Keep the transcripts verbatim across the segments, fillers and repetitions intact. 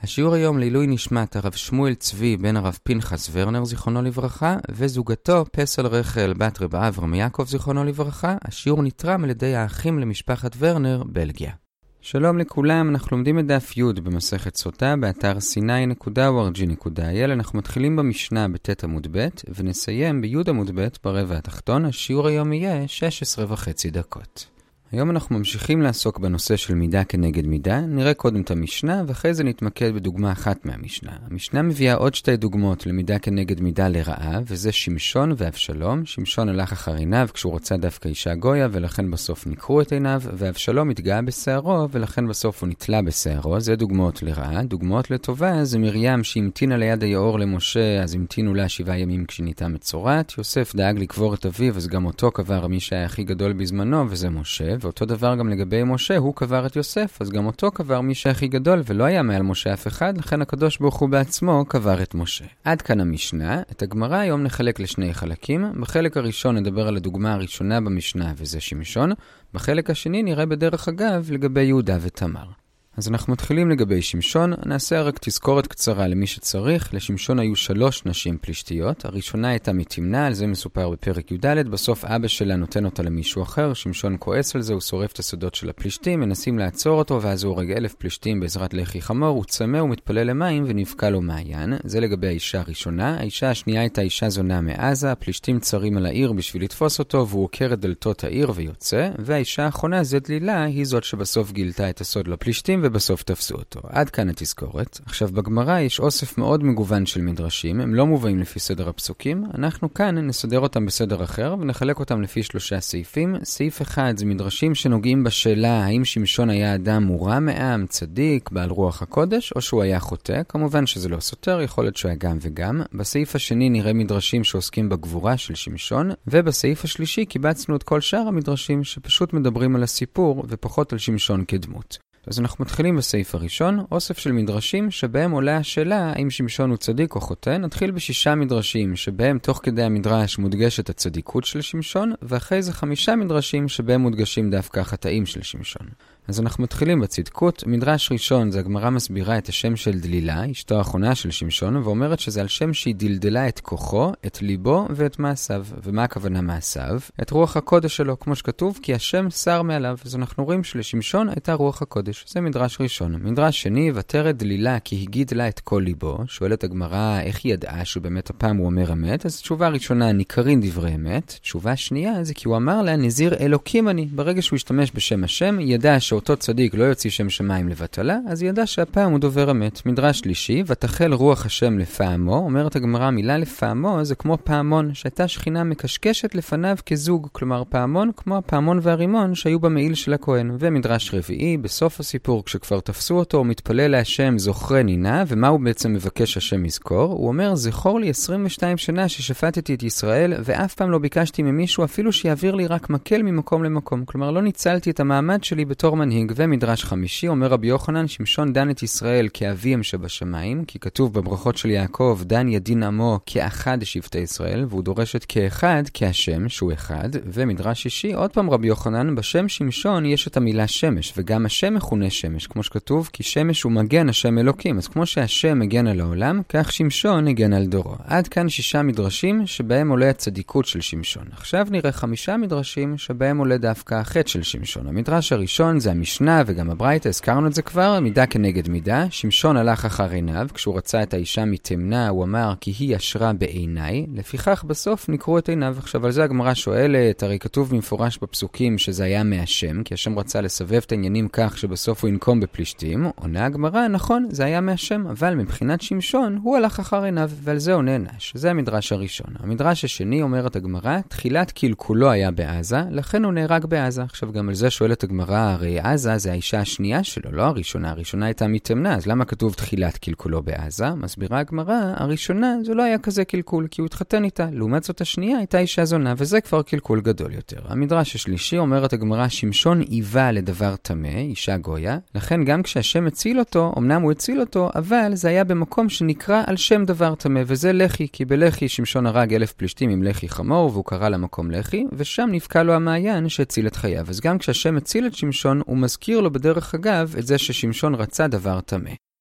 השיעור היום לעילוי נשמת הרב שמואל צבי בן הרב פנחס ורנר זיכרונו לברכה וזוגתו פסל רחל בת רב אברהם יעקב זיכרונו לברכה. השיעור נתרם על ידי האחים למשפחת ורנר, בלגיה. שלום לכולם, אנחנו לומדים את דף י' במסכת סוטה באתר סיני נקודה או אר ג'י נקודה איי אל. אנחנו מתחילים במשנה בט' עמוד ב' ונסיים בי' עמוד ב' ברבע התחתון. השיעור היום יהיה שש עשרה וחצי דקות. היום אנחנו ממשיכים לעסוק בנושא של מידה כנגד מידה. נראה קודם את המשנה ואחרי זה נתמקד בדוגמה אחת מהמשנה. המשנה מביאה עוד שתי דוגמאות למידה כנגד מידה לרעה, וזה שמשון ואבשלום. שמשון הלך אחר עיניו כשהוא רצה דווקא אישה גויה ולכן בסוף ניקרו את עיניו, ואבשלום התגאה בשערו ולכן בסוף הוא נתלה בשערו. זה דוגמאות לרעה. דוגמאות לטובה זה מרים שהמתינה ליד היאור למשה, אז המתינו לה שבעה ימים כשניתה מצורעת. יוסף דאג לקבור את אביו, אז גם אותו קבר מי שהיה הכי גדול בזמנו, וזה משה. ואותו דבר גם לגבי משה, הוא קבר את יוסף, אז גם אותו קבר מי שהכי גדול, ולא היה מעל משה אף אחד, לכן הקדוש ברוך הוא בעצמו קבר את משה. עד כאן המשנה. את הגמרא היום נחלק לשני חלקים. בחלק הראשון נדבר על הדוגמה הראשונה במשנה, וזה שמשון. בחלק השני נראה בדרך אגב לגבי יהודה ותמר. אז אנחנו מתחילים לגבי שמשון. נעשה רק תזכורת קצרה למי שצריך. לשמשון היו שלוש נשים פלישתיות. הראשונה הייתה מתימנה, על זה מסופר בפרק י"ד. בסוף אבא שלה נותן אותה למישהו אחר. שמשון כועס על זה, הוא שורף את הסודות של הפלישתים, מנסים לעצור אותו, ואז הוא הורג אלף פלישתים בעזרת לחי חמור. הוא צמא, הוא מתפלל למים ונבקע לו מעיין. זה לגבי האישה הראשונה. האישה השנייה הייתה אישה זונה מעזה. הפלישתים צרים על העיר בשביל לתפוס אותו, והוא עוקר את דלתות העיר ויוצא. והאישה האחרונה, זה דלילה, היא זאת שבסוף גילתה את הסוד לפלישתים ובסוף תפסו אותו. עד כאן התזכורת. עכשיו בגמרא יש אוסף מאוד מגוון של מדרשים, הם לא מובאים לפי סדר הפסוקים. אנחנו כאן נסדר אותם בסדר אחר ונחלק אותם לפי שלושה סעיפים. סעיף אחד זה מדרשים שנוגעים בשאלה האם שמשון היה אדם מורם מעם, צדיק, בעל רוח הקודש, או שהוא היה חוטא. כמובן שזה לא סותר, יכול להיות שהוא היה גם וגם. בסעיף השני נראה מדרשים שעוסקים בגבורה של שמשון, ובסעיף השלישי קיבצנו את כל שאר המדרשים שפשוט מדברים על הסיפור ופחות על שמשון כדמות. אז אנחנו מתחילים בסעיף הראשון, אוסף של מדרשים שבהם עולה השאלה האם שמשון הוא צדיק או חוטא. נתחיל בשישה מדרשים שבהם תוך כדי המדרש מודגשת הצדיקות של שמשון, ואחרי זה חמישה מדרשים שבהם מודגשים דווקא החטאים של שמשון. אז אנחנו מתחילים בצדקות. מדרש ראשון זה הגמרא מסבירה את השם של דלילה, אשתו האחרונה של שמשון, ואומרת שזה על שם שהיא דלדלה את כוחו, את ליבו ואת מעשיו. ומה הכוונה מעשיו? את רוח הקודש שלו, כמו שכתוב, כי השם שר מעליו. אז אנחנו רואים שלשמשון הייתה רוח הקודש. זה מדרש ראשון. מדרש שני, ותרת דלילה כי הגיד לה את כל ליבו. שואלת הגמרא איך היא ידעה שבאמת הפעם הוא אומר אמת. אז תשובה ראשונה, ניכרים דברי אמת. תשובה שנייה זה כי הוא אמר לה נזיר אלוקים אני. ברגע שהוא השתמש בשם השם, ידע שאותו צדיק לא יוציא שם שמיים לבטלה, אז ידע שהפעם הוא דובר אמת. מדרש שלישי, ותחל רוח השם לפעמו. אומרת הגמרא, מילה לפעמו זה כמו פעמון, שהייתה שכינה מקשקשת לפניו כזוג, כלומר פעמון כמו הפעמון והרימון שהיו במעיל של הכהן. ומדרש רביעי, בסוף הסיפור כשכבר תפסו אותו הוא מתפלל להשם זוכרי נינה, ומה הוא בעצם מבקש השם יזכור? הוא אומר, זכור לי עשרים ושתיים שנה ששפטתי את ישראל ואף פעם לא ביקשתי ממישהו אפילו שיעביר לי רק מקל ממקום למקום, כלומר לא ניצלתי את המעמד שלי בתור מנהיג. ומדרש חמישי, אומר רבי יוחנן, שמשון דן את ישראל כאביהם שבשמיים, כי כתוב בברכות של יעקב, דן ידין עמו כאחד שבטי ישראל, והוא דורש את כאחד, כהשם, שהוא אחד. ומדרש שישי, עוד פעם רבי יוחנן, בשם שמשון יש את המילה שמש, וגם השם מכונה שמש, כמו שכתוב, כי שמש הוא מגן השם אלוקים. אז כמו שהשם מגן על העולם, כך שמשון מגן על דורו. עד כאן שישה מדרשים שבהם עולה הצדיקות של שמשון. עכשיו נראה חמישה מדרשים שבהם עולה דווקא החטא של שמשון. המדרש הראשון זה המשנה וגם הברייתא, הזכרנו את זה כבר, מידה כנגד מידה. שמשון הלך אחר עיניו, כשהוא רצה את האישה מתימנה, הוא אמר כי היא ישרה בעיניי, לפיכך בסוף נקרו את עיניו. עכשיו על זה הגמרא שואלת, הרי כתוב במפורש בפסוקים שזה היה מהשם, כי השם רצה לסבב את העניינים כך שבסוף הוא ינקום בפלישתים. עונה הגמרא, נכון, זה היה מהשם, אבל מבחינת שמשון הוא הלך אחר עיניו, ועל זה הוא נענש. זה המדרש הראשון. המדרש השני, אומרת הגמרא, תחילת קלקולו היה בעזה, לכן הוא נהרג בעזה. עכשיו גם על זה שואלת הגמרא, הרי עזה זה האישה השנייה שלו, לא הראשונה. הראשונה הייתה מתימנה, אז למה כתוב תחילת קלקולו בעזה? מסבירה הגמרא, הראשונה זה לא היה כזה קלקול, כי הוא התחתן איתה. לעומת זאת השנייה הייתה אישה זונה, וזה כבר קלקול גדול יותר. המדרש השלישי, אומרת הגמרא, שמשון איבה לדבר טמא, אישה גויה, לכן גם כשהשם הציל אותו, אמנם הוא הציל אותו, אבל זה היה במקום שנקרא על שם דבר טמא, וזה לחי, כי בלחי שמשון הרג אלף פלישתים עם לחי חמור, והוא קרא למקום לחי, ושם נפקע לו המעיין שהציל את חייו. אז גם כשהשם הציל את שמשון, הוא מזכיר לו בדרך אגב את זה ששמשון רצה דבר טמא.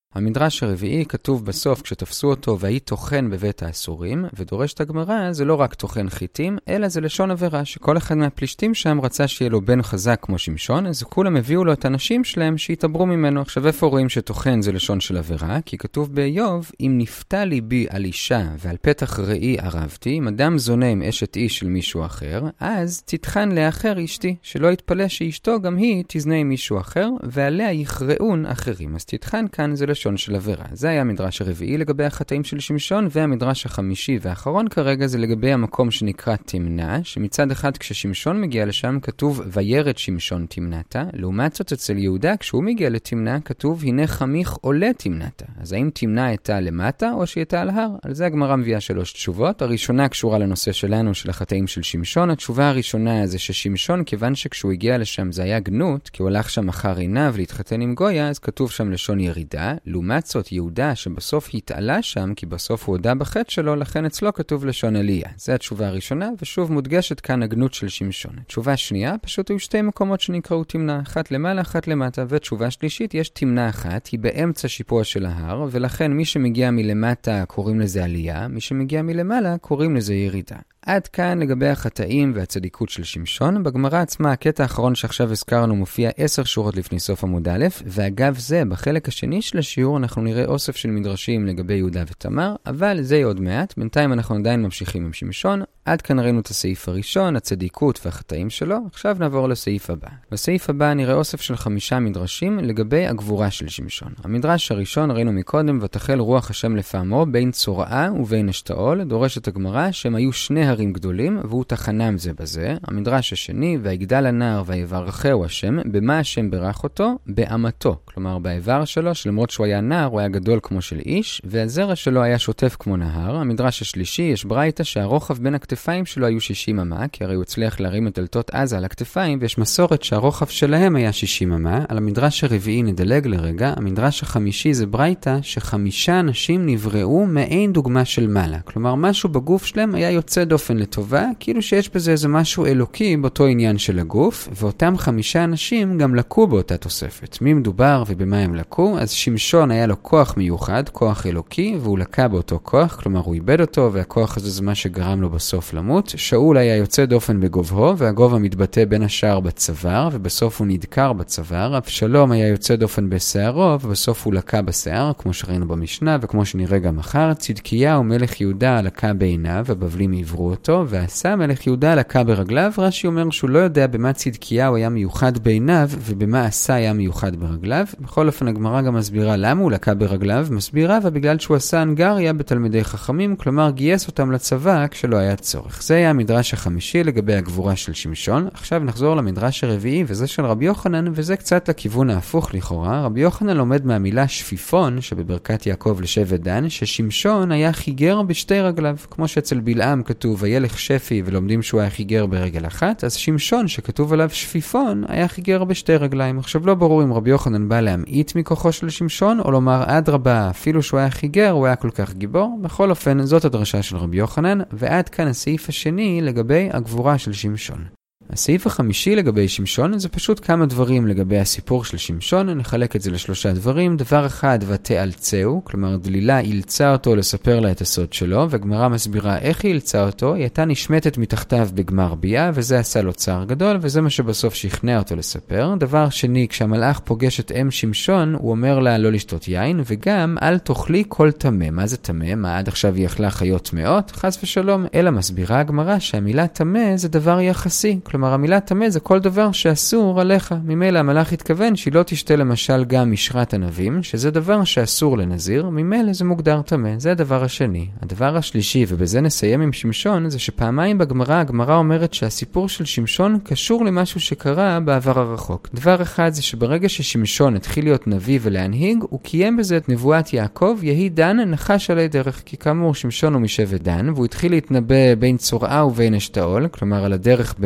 המדרש הרביעי כתוב בסוף כשתפסו אותו והיא תוכן בבית האסורים, ודורש את הגמרא זה לא רק תוכן חיטים, אלא זה לשון עבירה, שכל אחד מהפלישתים שם רצה שיהיה לו בן חזק כמו שמשון, אז כולם הביאו לו את הנשים שלהם שהתעברו ממנו. עכשיו איפה רואים שתוכן זה לשון של עבירה? כי כתוב באיוב, אם נפתה ליבי על אישה ועל פתח ראי ערבתי, אם אדם זונה עם אשת איש של מישהו אחר, אז תתחן לאחר אשתי, שלא יתפלא שאשתו גם היא תזנה עם מישהו אחר, ועליה יכרעון אחרים. אז תתחן כאן זה לשון של עבירה. זה היה המדרש הרביעי לגבי החטאים של שמשון, והמדרש החמישי והאחרון כרגע זה לגבי המקום שנקרא תמנה, שמצד אחד כששמשון מגיע לשם כתוב וירד שמשון תמנתה, לעומת זאת אצל יהודה כשהוא מגיע לתמנה כתוב הנה חמיך עולה תמנתה. אז האם תמנה הייתה למטה או שהיא הייתה על הר? על זה הגמרא מביאה שלוש תשובות. הראשונה קשורה לנושא שלנו של החטאים של שמשון. התשובה הראשונה זה ששמשון כיוון שכשהוא הגיע לשם זה היה גנות, כי הוא הלך שם אחר עיניו להתחתן עם גויה, אז כתוב שם לשון ירידה. לעומת זאת יהודה שבסוף התעלה שם, כי בסוף הוא הודה בחטא שלו, לכן אצלו כתוב לשון עלייה. זה התשובה הראשונה, ושוב מודגשת כאן הגנות של שמשון. תשובה שנייה, פשוט היו שתי מקומות שנקראו תמנה, אחת למעלה, אחת למטה, ותשובה שלישית, יש תמנה אחת, היא באמצע שיפוע של ההר, ולכן מי שמגיע מלמטה קוראים לזה עלייה, מי שמגיע מלמעלה קוראים לזה ירידה. עד כאן לגבי החטאים והצדיקות של שמשון. בגמרא עצמה, הקטע האחרון שעכשיו הזכרנו מופיע עשר שורות לפני סוף עמוד א', ואגב זה, בחלק השני של השיעור אנחנו נראה אוסף של מדרשים לגבי יהודה ותמר, אבל זה יהיה עוד מעט. בינתיים אנחנו עדיין ממשיכים עם שמשון. עד כאן ראינו את הסעיף הראשון, הצדיקות והחטאים שלו. עכשיו נעבור לסעיף הבא. בסעיף הבא נראה אוסף של חמישה מדרשים לגבי הגבורה של שמשון. המדרש הראשון ראינו מקודם, ותחל רוח השם לפעמו בין צורעה ובין אשתאול, דורשת הגמרא שהם היו שני הרים גדולים, והוא תחנם זה בזה. המדרש השני, ויגדל הנער ויברכהו השם, במה השם ברך אותו? באמתו. כלומר, באיבר שלו, שלמרות שהוא היה נער, הוא היה גדול כמו של איש, והזרע שלו היה שוטף כמו נהר. המדרש השלישי, יש ברייתא שהרוחב בין הכתפיים שלו היו שישים אמה, כי הרי הוא הצליח להרים את דלתות עזה על הכתפיים, ויש מסורת שהרוחב שלהם היה שישים אמה. על המדרש הרביעי נדלג לרגע. המדרש החמישי זה ברייתא שחמישה אנשים נבראו מעין דוגמה של מעלה. כלומר, משהו בגוף שלהם היה יוצא דופן לטובה, כאילו שיש בזה איזה משהו אלוקי באותו עניין של הגוף, ואותם חמישה אנשים גם לקו באותה תוספת. מי מדובר ובמה הם לקו? אז שמשון היה לו כוח מיוחד, כוח אלוקי, והוא לקה באותו כוח, כלומר הוא איבד אותו, והכוח הזה זה מה שגרם לו בסוף למות. שאול היה יוצא דופן בגובהו, והגובה מתבטא בין השאר בצוואר, ובסוף הוא נדקר בצוואר. אבשלום היה יוצא דופן בשערו, ובסוף הוא לקה בשיער, כמו שראינו במשנה, וכמו שנראה גם מחר. צדקיהו מלך יהודה לקה בעיניו, הבבלים עברו אותו, ועשה מלך יהודה לקה ברגליו. רש"י אומר שהוא לא יודע במה צדקיהו היה מיוחד בעיניו, ובמה עשה היה מיוחד ברגליו. בכל אופן הגמרא גם מסבירה למה הוא לקה ברגליו, מסבירה ובגלל שהוא עשה הנגריה בתלמידי חכמים, כלומר גייס אותם לצבא כשלא היה צורך. זה היה המדרש החמישי לגבי הגבורה של שמשון. עכשיו נחזור למדרש הרביעי, וזה של רבי יוחנן, וזה קצת לכיוון ההפוך לכאורה. רבי יוחנן לומד מהמילה שפיפון שבברכת יעקב לשבט דן, ששמשון היה חיגר בשתי רגליו, כמו שאצל בלעם כתוב וילך שפי ולומדים שהוא היה חיגר ברגל אחת, אז שמשון שכתוב עליו שפיפון היה חיגר בשתי רגליים. עכשיו לא ברור אם רבי יוחנן בא להמעיט מכוחו של שמשון, או לומר אדרבה, אפילו שהוא היה חיגר הוא היה כל כך גיבור. בכל אופן זאת הדרשה של רבי יוחנן, ועד כאן הסעיף השני לגבי הגבורה של שמשון. הסעיף החמישי לגבי שמשון זה פשוט כמה דברים לגבי הסיפור של שמשון. נחלק את זה לשלושה דברים. דבר אחד, ותאלצהו, כלומר דלילה אילצה אותו לספר לה את הסוד שלו, והגמרא מסבירה איך היא אילצה אותו. היא הייתה נשמטת מתחתיו בגמר בייה, וזה עשה לו צער גדול, וזה מה שבסוף שכנע אותו לספר. דבר שני, כשהמלאך פוגש את אם שמשון, הוא אומר לה לא לשתות יין, וגם אל תאכלי כל טמא. מה זה טמא? מה עד עכשיו היא אכלה חיות טמאות? חס ושלום. אלא מסבירה הגמרא שהמילה טמא זה דבר יחסי. כלומר, המילה טמא זה כל דבר שאסור עליך. ממילא המלאך התכוון שהיא לא תשתה למשל גם משרת ענבים, שזה דבר שאסור לנזיר, ממילא זה מוגדר טמא. זה הדבר השני. הדבר השלישי, ובזה נסיים עם שמשון, זה שפעמיים בגמרא, הגמרא אומרת שהסיפור של שמשון קשור למשהו שקרה בעבר הרחוק. דבר אחד זה שברגע ששמשון התחיל להיות נביא ולהנהיג, הוא קיים בזה את נבואת יעקב, יהי דן נחש עלי דרך. כי כאמור שמשון הוא משבט דן, והוא התחיל להתנבא בין צורעה ובין אשתאול, כלומר על הדרך ביניהם,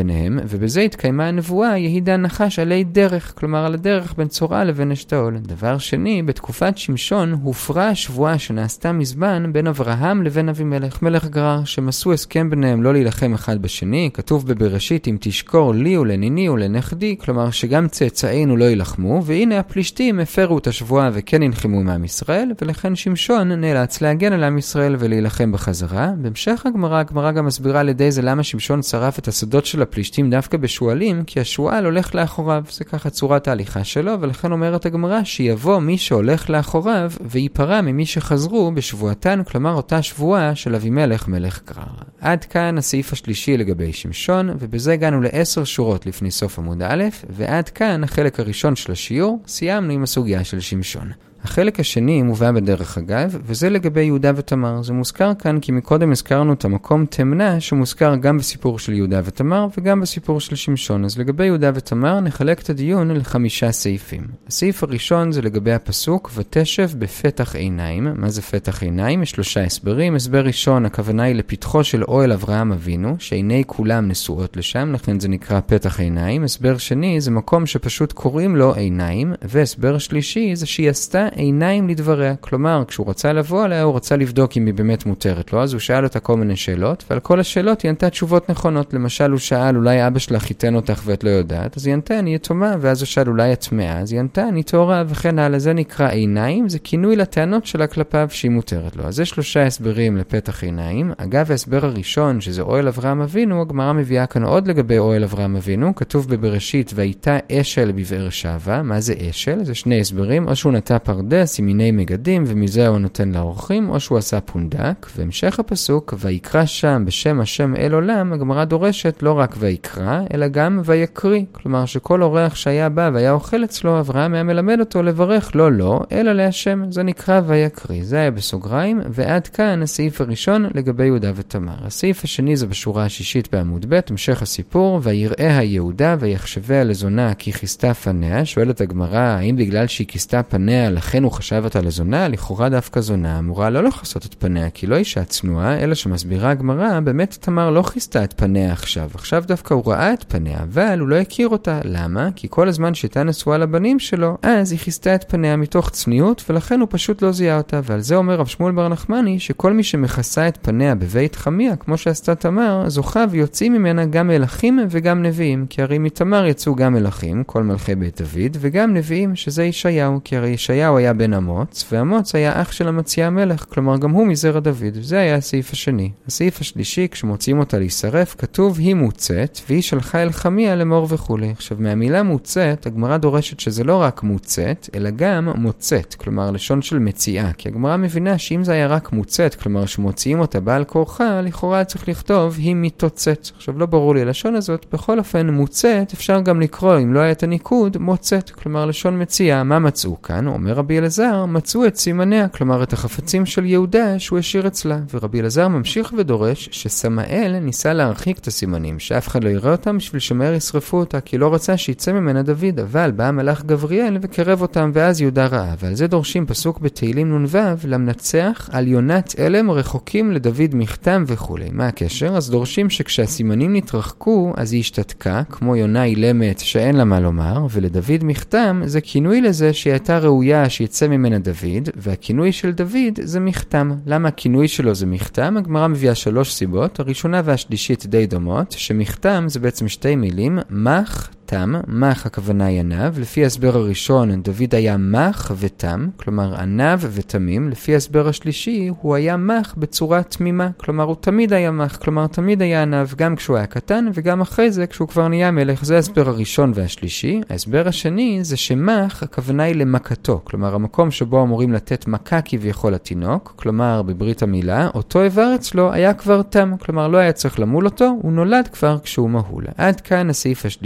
ובזה התקיימה הנבואה, יהידן נחש עלי דרך, כלומר על הדרך בין צורעה לבין אשתאול. דבר שני, בתקופת שמשון הופרה השבועה שנעשתה מזמן בין אברהם לבין אבימלך, מלך גרר, שמסו הסכם ביניהם לא להילחם אחד בשני. כתוב בבראשית, אם תשקור לי ולניני ולנכדי, כלומר שגם צאצאינו לא ילחמו, והנה הפלישתים הפרו את השבועה וכן ינחימו עם עם ישראל, ולכן שמשון נאלץ להגן על עם ישראל ולהילחם בחזרה. בהמשך הגמרא, הגמרא גם מסבירה על ידי זה למה שמשון שרף את הסודות של הפלישתים דווקא בשואלים, כי השואל הולך לאחוריו, זה ככה צורת ההליכה שלו, ולכן אומרת הגמרא שיבוא מי שהולך לאחוריו ויפרע ממי שחזרו בשבועתן, כלומר אותה שבועה של אבימלך מלך גרר. עד כאן הסעיף השלישי לגבי שמשון, ובזה הגענו לעשר שורות לפני סוף עמוד א', ועד כאן החלק הראשון של השיעור, סיימנו עם הסוגיה של שמשון. החלק השני מובא בדרך אגב, וזה לגבי יהודה ותמר. זה מוזכר כאן כי מקודם הזכרנו את המקום תמנה, שמוזכר גם בסיפור של יהודה ותמר וגם בסיפור של שמשון. אז לגבי יהודה ותמר נחלק את הדיון לחמישה סעיפים. הסעיף הראשון זה לגבי הפסוק, ותשב בפתח עיניים. מה זה פתח עיניים? יש שלושה הסברים. הסבר ראשון, הכוונה היא לפתחו של אוהל אברהם אבינו, שעיני כולם נשואות לשם, לכן זה נקרא פתח עיניים. הסבר שני, זה מקום שפשוט קוראים לו עיניים, והסבר שלישי זה שהיא עשתה עיניים לדבריה. כלומר, כשהוא רצה לבוא עליה, הוא רצה לבדוק אם היא באמת מותרת לו, אז הוא שאל אותה כל מיני שאלות, ועל כל השאלות היא ענתה תשובות נכונות. למשל, הוא שאל, אולי אבא שלה חיתן אותך ואת לא יודעת, אז היא ענתה, אני יתומה, ואז הוא שאל, אולי את טמאה, אז היא ענתה, אני טהורה, וכן הלאה. זה נקרא עיניים, זה כינוי לטענות שלה כלפיו שהיא מותרת לו. אז זה שלושה הסברים לפתח עיניים. אגב, ההסבר הראשון, שזה אוהל אברהם אבינו, הגמרא מביאה כאן עוד לגבי אוהל אברהם אבינו. כתוב בבראשית, והייתה אשל בבאר שבע. מה זה אשל? זה שני הסברים, או שהוא נטע פרדס עם מיני מגדים ומזה הוא נותן לאורחים, או שהוא עשה פונדק. והמשך הפסוק, ויקרא שם בשם השם אל עולם, הגמרא דורשת לא רק ויקרא, אלא גם ויקריא. כלומר שכל אורח שהיה בא והיה אוכל אצלו, אברהם היה מלמד אותו לברך לא לא, אלא להשם. זה נקרא ויקריא. זה היה בסוגריים, ועד כאן הסעיף הראשון לגבי יהודה ותמר. הסעיף השני זה בשורה השישית בעמוד ב', המשך הסיפור, ויראה היהודה ויחשביה לזונה כי כיסתה פניה. שואלת הגמרא, האם בגלל שהיא כיסתה פניה לכן הוא חשב אותה לזונה? לכאורה דווקא זונה אמורה לא לחסות את פניה, כי לא אישה צנועה, אלא שמסבירה הגמרא, באמת תמר לא כיסתה את פניה עכשיו. עכשיו דווקא הוא ראה את פניה, אבל הוא לא הכיר אותה. למה? כי כל הזמן שהייתה נשואה לבנים שלו, אז היא כיסתה את פניה מתוך צניעות, ולכן הוא פשוט לא זיהה אותה. ועל זה אומר רב שמואל בר נחמני, שכל מי שמכסה את פניה בבית חמיה, כמו שעשתה תמר, זוכה ויוצאים ממנה גם מלכים וגם נביאים, כי הרי מתמר יצאו גם מלכים, כל מלכי בית דוד, וגם נביאים, שזה ישעיהו, כי הרי ישעיהו היה בן אמוץ, ואמוץ היה אח של אמציה המלך, כלומר גם הוא מזרע דוד. זה היה הסעיף השני. הסעיף השלישי, כשמוצאים אותה להישרף, כתוב היא מוצאת, והיא שלחה אל חמיה למור וכו'. עכשיו מהמילה מוצאת, הגמרא דורשת שזה לא רק מוצאת, אלא גם מוצאת, כלומר לשון של מציאה, כי הגמרא מבינה שאם זה היה רק מוצאת, כלומר שמוציאים אותה בעל כורחה, לכאורה צריך לכתוב היא מתוצאת. עכשיו לא ברור לי הלשון הזאת, בכל אופן מוצאת אפשר גם לקרוא, אם לא היה את הניקוד, מוצאת, כלומר לשון מציאה. מה מצאו כאן? אומר רבי אלעזר, מצאו את סימניה, כלומר את החפצים של יהודה שהוא השאיר אצלה. ורבי אלעזר ממשיך ודורש שסמאל ניסה להרחיק את הסימנים, שאף אחד לא יראה אותם בשביל שמהר ישרפו אותה, כי לא רצה שיצא ממנה דוד, אבל בא מלאך גבריאל וקרב אותם, ואז יהודה ראה. ועל זה דורשים פסוק בתהילים נ"ו, למנצח על יונת אלם רחוקים לדוד מכתם וכו'. מה הקשר? אז דורשים שכשהסימנים נתרחקו, אז היא השתתקה, כמו יונה אילמת שאין לה מה לומר, ולדוד מכתם זה כינוי לזה שהיא הייתה ראויה שיצא ממנה דוד, והכינוי של דוד זה מכתם. למה הכינוי שלו זה מכתם? הגמרא מביאה שלוש סיבות. הראשונה והשלישית די דומות, שמכתם זה בעצם שתי מילים, מח, תם, מח הכוונה היא ענב. לפי הסבר הראשון, דוד היה מח ותם, כלומר ענב ותמים. לפי הסבר השלישי, הוא היה מח בצורה תמימה, כלומר הוא תמיד היה מח, כלומר תמיד היה ענב, גם כשהוא היה קטן וגם אחרי זה כשהוא כבר נהיה מלך. זה ההסבר הראשון והשלישי. ההסבר השני זה שמח הכוונה היא למכתו, כלומר המקום שבו אמורים לתת מכה כביכול לתינוק, כלומר בברית המילה, אותו איבר אצלו היה כבר תם, כלומר לא היה צריך למול אותו, הוא נולד כבר כשהוא מהול. עד כאן הסעיף השלישי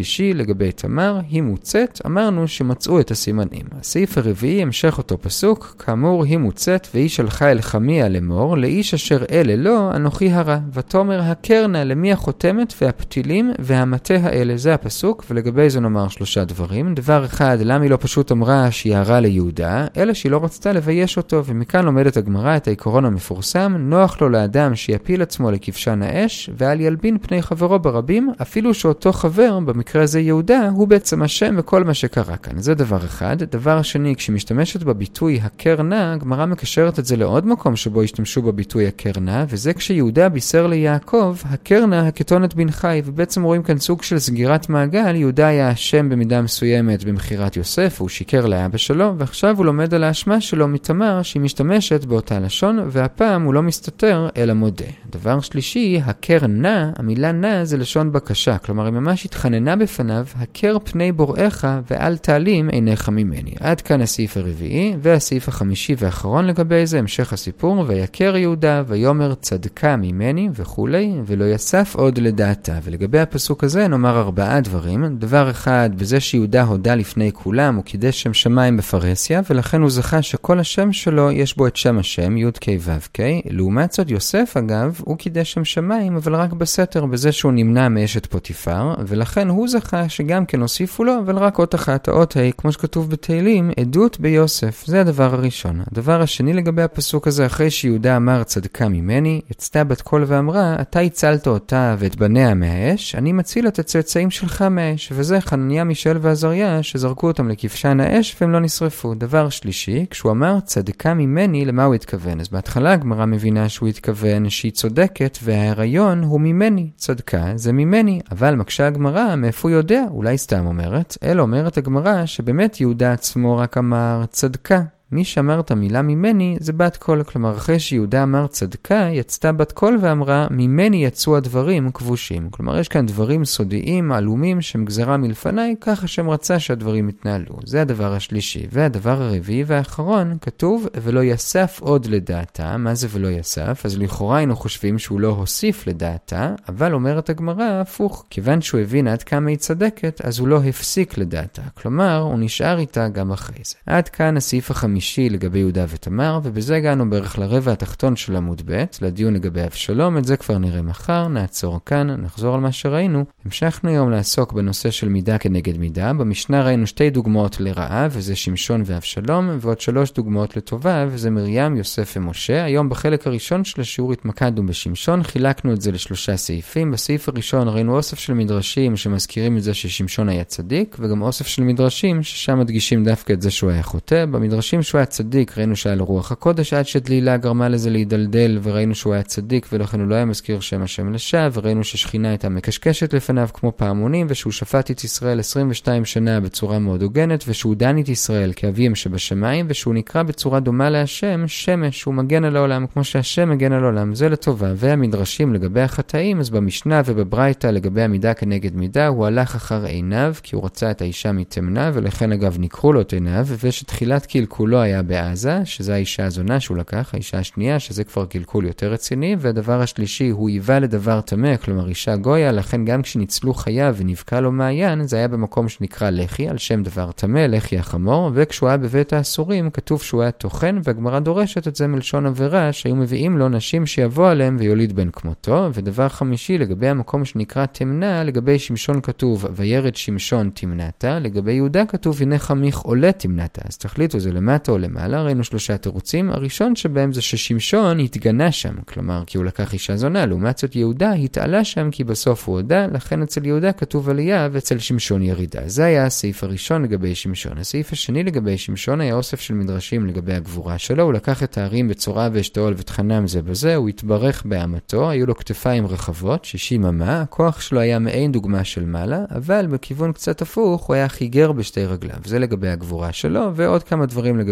לגבי תמר, היא מוצאת, אמרנו שמצאו את הסימנים. הסעיף הרביעי, המשך אותו פסוק, כאמור היא מוצאת והיא שלחה אל חמיה לאמור, לאיש אשר אלה לא, אנוכי הרע. ותאמר הקרנה למי החותמת והפתילים והמטה האלה. זה הפסוק, ולגבי זה נאמר שלושה דברים. דבר אחד, למה היא לא פשוט אמרה שהיא הרע ליהודה, אלא שהיא לא רצתה לבייש אותו, ומכאן לומדת הגמרא את העיקרון המפורסם, נוח לו לאדם שיפיל עצמו לכבשן האש, ואל ילבין פני חברו ברבים, אפילו שאותו חבר, במקרה הזה יהודה, הוא בעצם השם וכל מה שקרה כאן. זה דבר אחד. דבר שני, כשמשתמשת בביטוי הקרנה, הגמרא מקשרת את זה לעוד מקום שבו השתמשו בביטוי הקרנה, וזה כשיהודה בישר ליעקב, הקרנה הקטונת בן חי, ובעצם רואים כאן סוג של סגירת מעגל. יהודה היה השם במידה מסוימת במחירת יוסף, הוא שיקר לאבא שלו, ועכשיו הוא לומד על האשמה שלו מתמר שהיא משתמשת באותה לשון, והפעם הוא לא מסתתר אלא מודה. דבר שלישי, הקרנה, המילה נא זה לשון בקשה, כלומר היא ממש התחננה בפניו, הקר פני בוראיך ואל תעלים עיניך ממני. עד כאן הסעיף הרביעי, והסעיף החמישי והאחרון לגבי זה, המשך הסיפור, ויקר יהודה ויאמר צדקה ממני וכולי, ולא יסף עוד לדעתה. ולגבי הפסוק הזה נאמר ארבעה דברים. דבר אחד, בזה שיהודה הודה לפני כולם, הוא קידש שם שמיים בפרסיה, ולכן הוא זכה שכל השם שלו יש בו את שם השם, י' כ' ו' כ'. לעומת זאת יוסף אגב, הוא קידש שם שמיים, אבל רק בסתר, בזה שהוא נמנע מאשת פוטיפר, ולכן הוא זכה שגם כן הוסיפו לו, אבל רק אות אחת, האות ה', כמו שכתוב בתהילים, עדות ביוסף. זה הדבר הראשון. הדבר השני לגבי הפסוק הזה, אחרי שיהודה אמר צדקה ממני, יצתה בת קול ואמרה, אתה הצלת אותה ואת בניה מהאש, אני מציל את הצאצאים שלך מהאש. וזה חנניה, מישאל ועזריה, שזרקו אותם לכבשן האש והם לא נשרפו. דבר שלישי, כשהוא אמר צדקה ממני, למה הוא התכוון? אז בהתחלה הגמרא מבינה שהוא התכוון שהיא צודקת וההיריון הוא ממני. צדקה זה ממני, אבל מקשה הגמרא, מאיפה הוא יודע? אולי סתם אומרת, אלא אומרת הגמרא שבאמת יהודה עצמו רק אמר צדקה. מי שאמר את המילה ממני זה בת קול, כלומר אחרי שיהודה אמר צדקה, יצתה בת קול ואמרה ממני יצאו הדברים כבושים. כלומר יש כאן דברים סודיים, עלומים, שהם גזרה מלפניי, ככה שהם רצה שהדברים יתנהלו. זה הדבר השלישי. והדבר הרביעי והאחרון, כתוב ולא יסף עוד לדעתה. מה זה ולא יסף? אז לכאורה היינו חושבים שהוא לא הוסיף לדעתה, אבל אומרת הגמרא הפוך, כיוון שהוא הבין עד כמה היא צדקת, אז הוא לא הפסיק לדעתה. כלומר הוא נשאר איתה גם אחרי זה. עד כאן הסעיף החמישי לגבי יהודה ותמר, ובזה הגענו בערך לרבע התחתון של עמוד ב', לדיון לגבי אבשלום. את זה כבר נראה מחר, נעצור כאן, נחזור על מה שראינו. המשכנו היום לעסוק בנושא של מידה כנגד מידה. במשנה ראינו שתי דוגמאות לרעה, וזה שמשון ואבשלום, ועוד שלוש דוגמאות לטובה, וזה מרים, יוסף ומשה. היום בחלק הראשון של השיעור התמקדנו בשמשון, חילקנו את זה לשלושה סעיפים. בסעיף הראשון ראינו אוסף של מדרשים שמזכירים את זה ששמשון היה צדיק, וגם אוסף של מדרשים ששם מדגישים דווקא את זה שהוא היה חוטא. במדרשים שהוא היה צדיק, ראינו שהיה לו רוח הקודש עד שדלילה גרמה לזה להידלדל, וראינו שהוא היה צדיק ולכן הוא לא היה מזכיר שם השם לשווא, וראינו ששכינה הייתה מקשקשת לפניו כמו פעמונים, ושהוא שפט את ישראל עשרים ושתיים שנה בצורה מאוד הוגנת, ושהוא דן את ישראל כאביהם שבשמיים, ושהוא נקרא בצורה דומה להשם שמש, הוא מגן על העולם כמו שהשם מגן על העולם. זה לטובה. והמדרשים לגבי החטאים, אז במשנה ובברייתא לגבי המידה כנגד מידה, הוא הלך אחר עיניו כי הוא רצה את האישה מתמנה, ולכן אגב נקרו לו את עיניו, ושתחילת קלקולו היה בעזה, שזה האישה הזונה שהוא לקח, האישה השנייה, שזה כבר קלקול יותר רציני, והדבר השלישי הוא היווה לדבר טמא, כלומר אישה גויה, לכן גם כשניצלו חייו ונבקע לו מעיין, זה היה במקום שנקרא לחי, על שם דבר טמא, לחי החמור, וכשהוא היה בבית האסורים, כתוב שהוא היה תוכן, והגמרא דורשת את זה מלשון עבירה, שהיו מביאים לו נשים שיבוא עליהם ויוליד בן כמותו. ודבר חמישי, לגבי המקום שנקרא תמנה, לגבי שמשון כתוב, וירד שמשון תמנתה, לגבי יהודה כתוב, הנה חמיך עולה תמנתה. אז תחליטו, זה למטה או למעלה. ראינו שלושה תירוצים. הראשון שבהם זה ששמשון התגנה שם, כלומר כי הוא לקח אישה זונה. לעומת זאת יהודה התעלה שם כי בסוף הוא הודה, לכן אצל יהודה כתוב עלייה ואצל שמשון ירידה. זה היה הסעיף הראשון לגבי שמשון. הסעיף השני לגבי שמשון היה אוסף של מדרשים לגבי הגבורה שלו. הוא לקח את הערים בצורה ואשתאול ותחנם זה בזה, הוא התברך באמתו, היו לו כתפיים רחבות, שישים אמה, הכוח שלו היה מעין דוגמה של מעלה, אבל בכיוון קצת הפוך הוא היה חיגר בשתי רגליו. זה לגבי הגבורה שלו, ועוד כמה דברים לגבי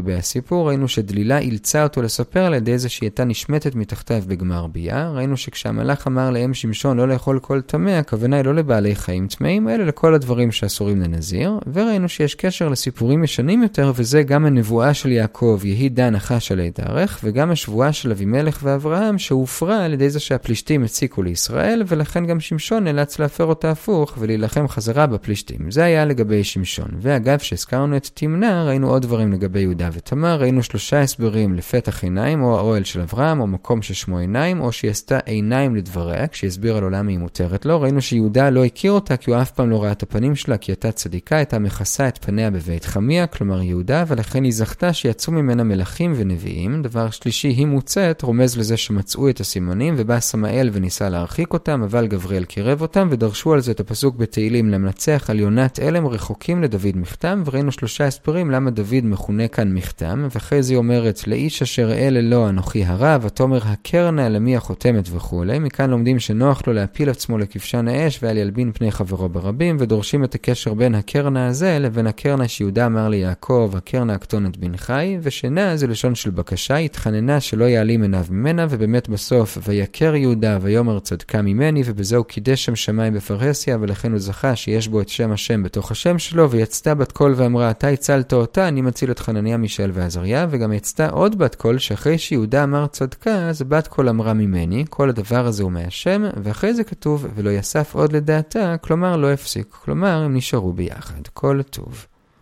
לגבי הסיפור. ראינו שדלילה אילצה אותו לספר על ידי זה שהיא הייתה נשמטת מתחתיו בגמר בייה. ראינו שכשהמלאך אמר לאם שמשון לא לאכול כל טמא, הכוונה היא לא לבעלי חיים טמאים, אלא לכל הדברים שאסורים לנזיר. וראינו שיש קשר לסיפורים ישנים יותר, וזה גם הנבואה של יעקב, יהי דן נחש עלי דרך, וגם השבועה של אבימלך ואברהם שהופרה על ידי זה שהפלישתים הציקו לישראל, ולכן גם שמשון נאלץ להפר אותה הפוך ולהילחם חזרה בפלישתים. זה היה לגבי שמשון. ואגב, שהזכרנו את תמנה, ראינו עוד דברים לגבי יהודה ותמר. ראינו שלושה הסברים לפתח עיניים, או האוהל של אברהם, או מקום ששמו עיניים, או שהיא עשתה עיניים לדבריה, כשהיא הסבירה לו למה היא מותרת לו. ראינו שיהודה לא הכיר אותה, כי הוא אף פעם לא ראה את הפנים שלה, כי הייתה צדיקה, הייתה מכסה את פניה בבית חמיה, כלומר יהודה, ולכן היא זכתה שיצאו ממנה מלאכים ונביאים. דבר שלישי, היא מוצאת, רומז לזה שמצאו את הסימנים, ובא סמאל וניסה להרחיק אותם, אבל גבריאל קירב אותם, ודרשו על זה את הפסוק בתהילים למנצח על יונת אלם רחוקים לדוד מכתם. וראינו שלושה הסברים למה דוד מכונה כאן מכתם, ואחרי זה אומרת לאיש אשר אל אלו אנוכי הרב, ותאמר הקרנה למי החותמת וכו'. מכאן לומדים שנוח לו להפיל עצמו לכבשן האש ועל ילבין פני חברו ברבים, ודורשים את הקשר בין הקרנה הזה לבין הקרנה שיהודה אמר ליעקב, הקרנה הקטונת בן חי. ושינה זה לשון של בקשה, התחננה שלא יעלים עיניו ממנה, ובאמת בסוף ויקר יהודה ויאמר צדקה ממני, ובזה הוא קידש שם שמיים בפרהסיה, ולכן הוא זכה שיש בו את שם השם בתוך השם שלו. ויצתה בת קול ואמרה, אתה הצלת אותה, אני מציל את חנניה, מישאל ועזריה. וגם יצתה עוד בת קול, שאחרי שיהודה אמר צדקה, אז בת קול אמרה ממני. כל הדבר הזה הוא מהשם, ואחרי זה כתוב ולא יסף עוד לדעתה, כלומר לא הפסיק, כלומר הם נשארו ביחד. כל טוב.